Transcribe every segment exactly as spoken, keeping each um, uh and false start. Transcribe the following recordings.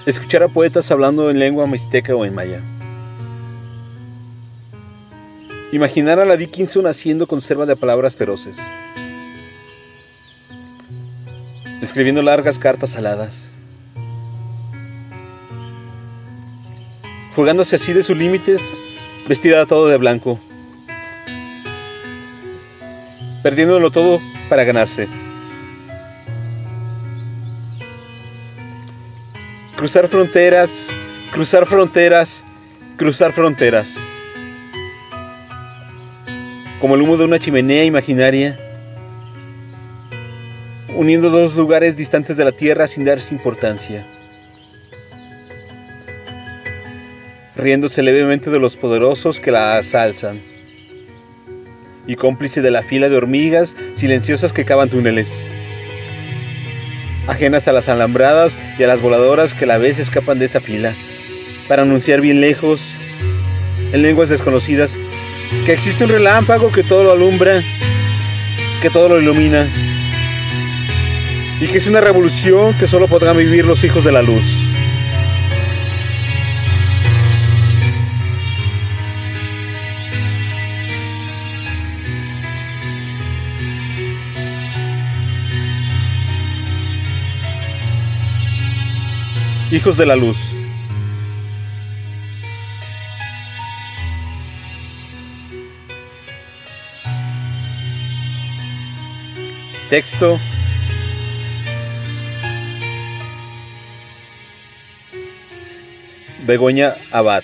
Escuchar a poetas hablando en lengua mixteca o en maya. Imaginar a la Dickinson haciendo conserva de palabras feroces, escribiendo largas cartas aladas, fugándose así de sus límites, vestida todo de blanco, perdiéndolo todo para ganarse. Cruzar fronteras, cruzar fronteras, cruzar fronteras. Como el humo de una chimenea imaginaria, uniendo dos lugares distantes de la tierra sin darse importancia. Riéndose levemente de los poderosos que la asalzan. Y cómplice de la fila de hormigas silenciosas que cavan túneles. Ajenas a las alambradas y a las voladoras que a la vez escapan de esa fila, para anunciar bien lejos, en lenguas desconocidas, que existe un relámpago que todo lo alumbra, que todo lo ilumina, y que es una revolución que solo podrán vivir los hijos de la luz. Hijos de la luz. Texto Begoña Abad.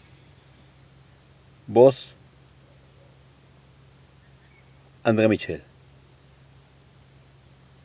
Voz André Michel.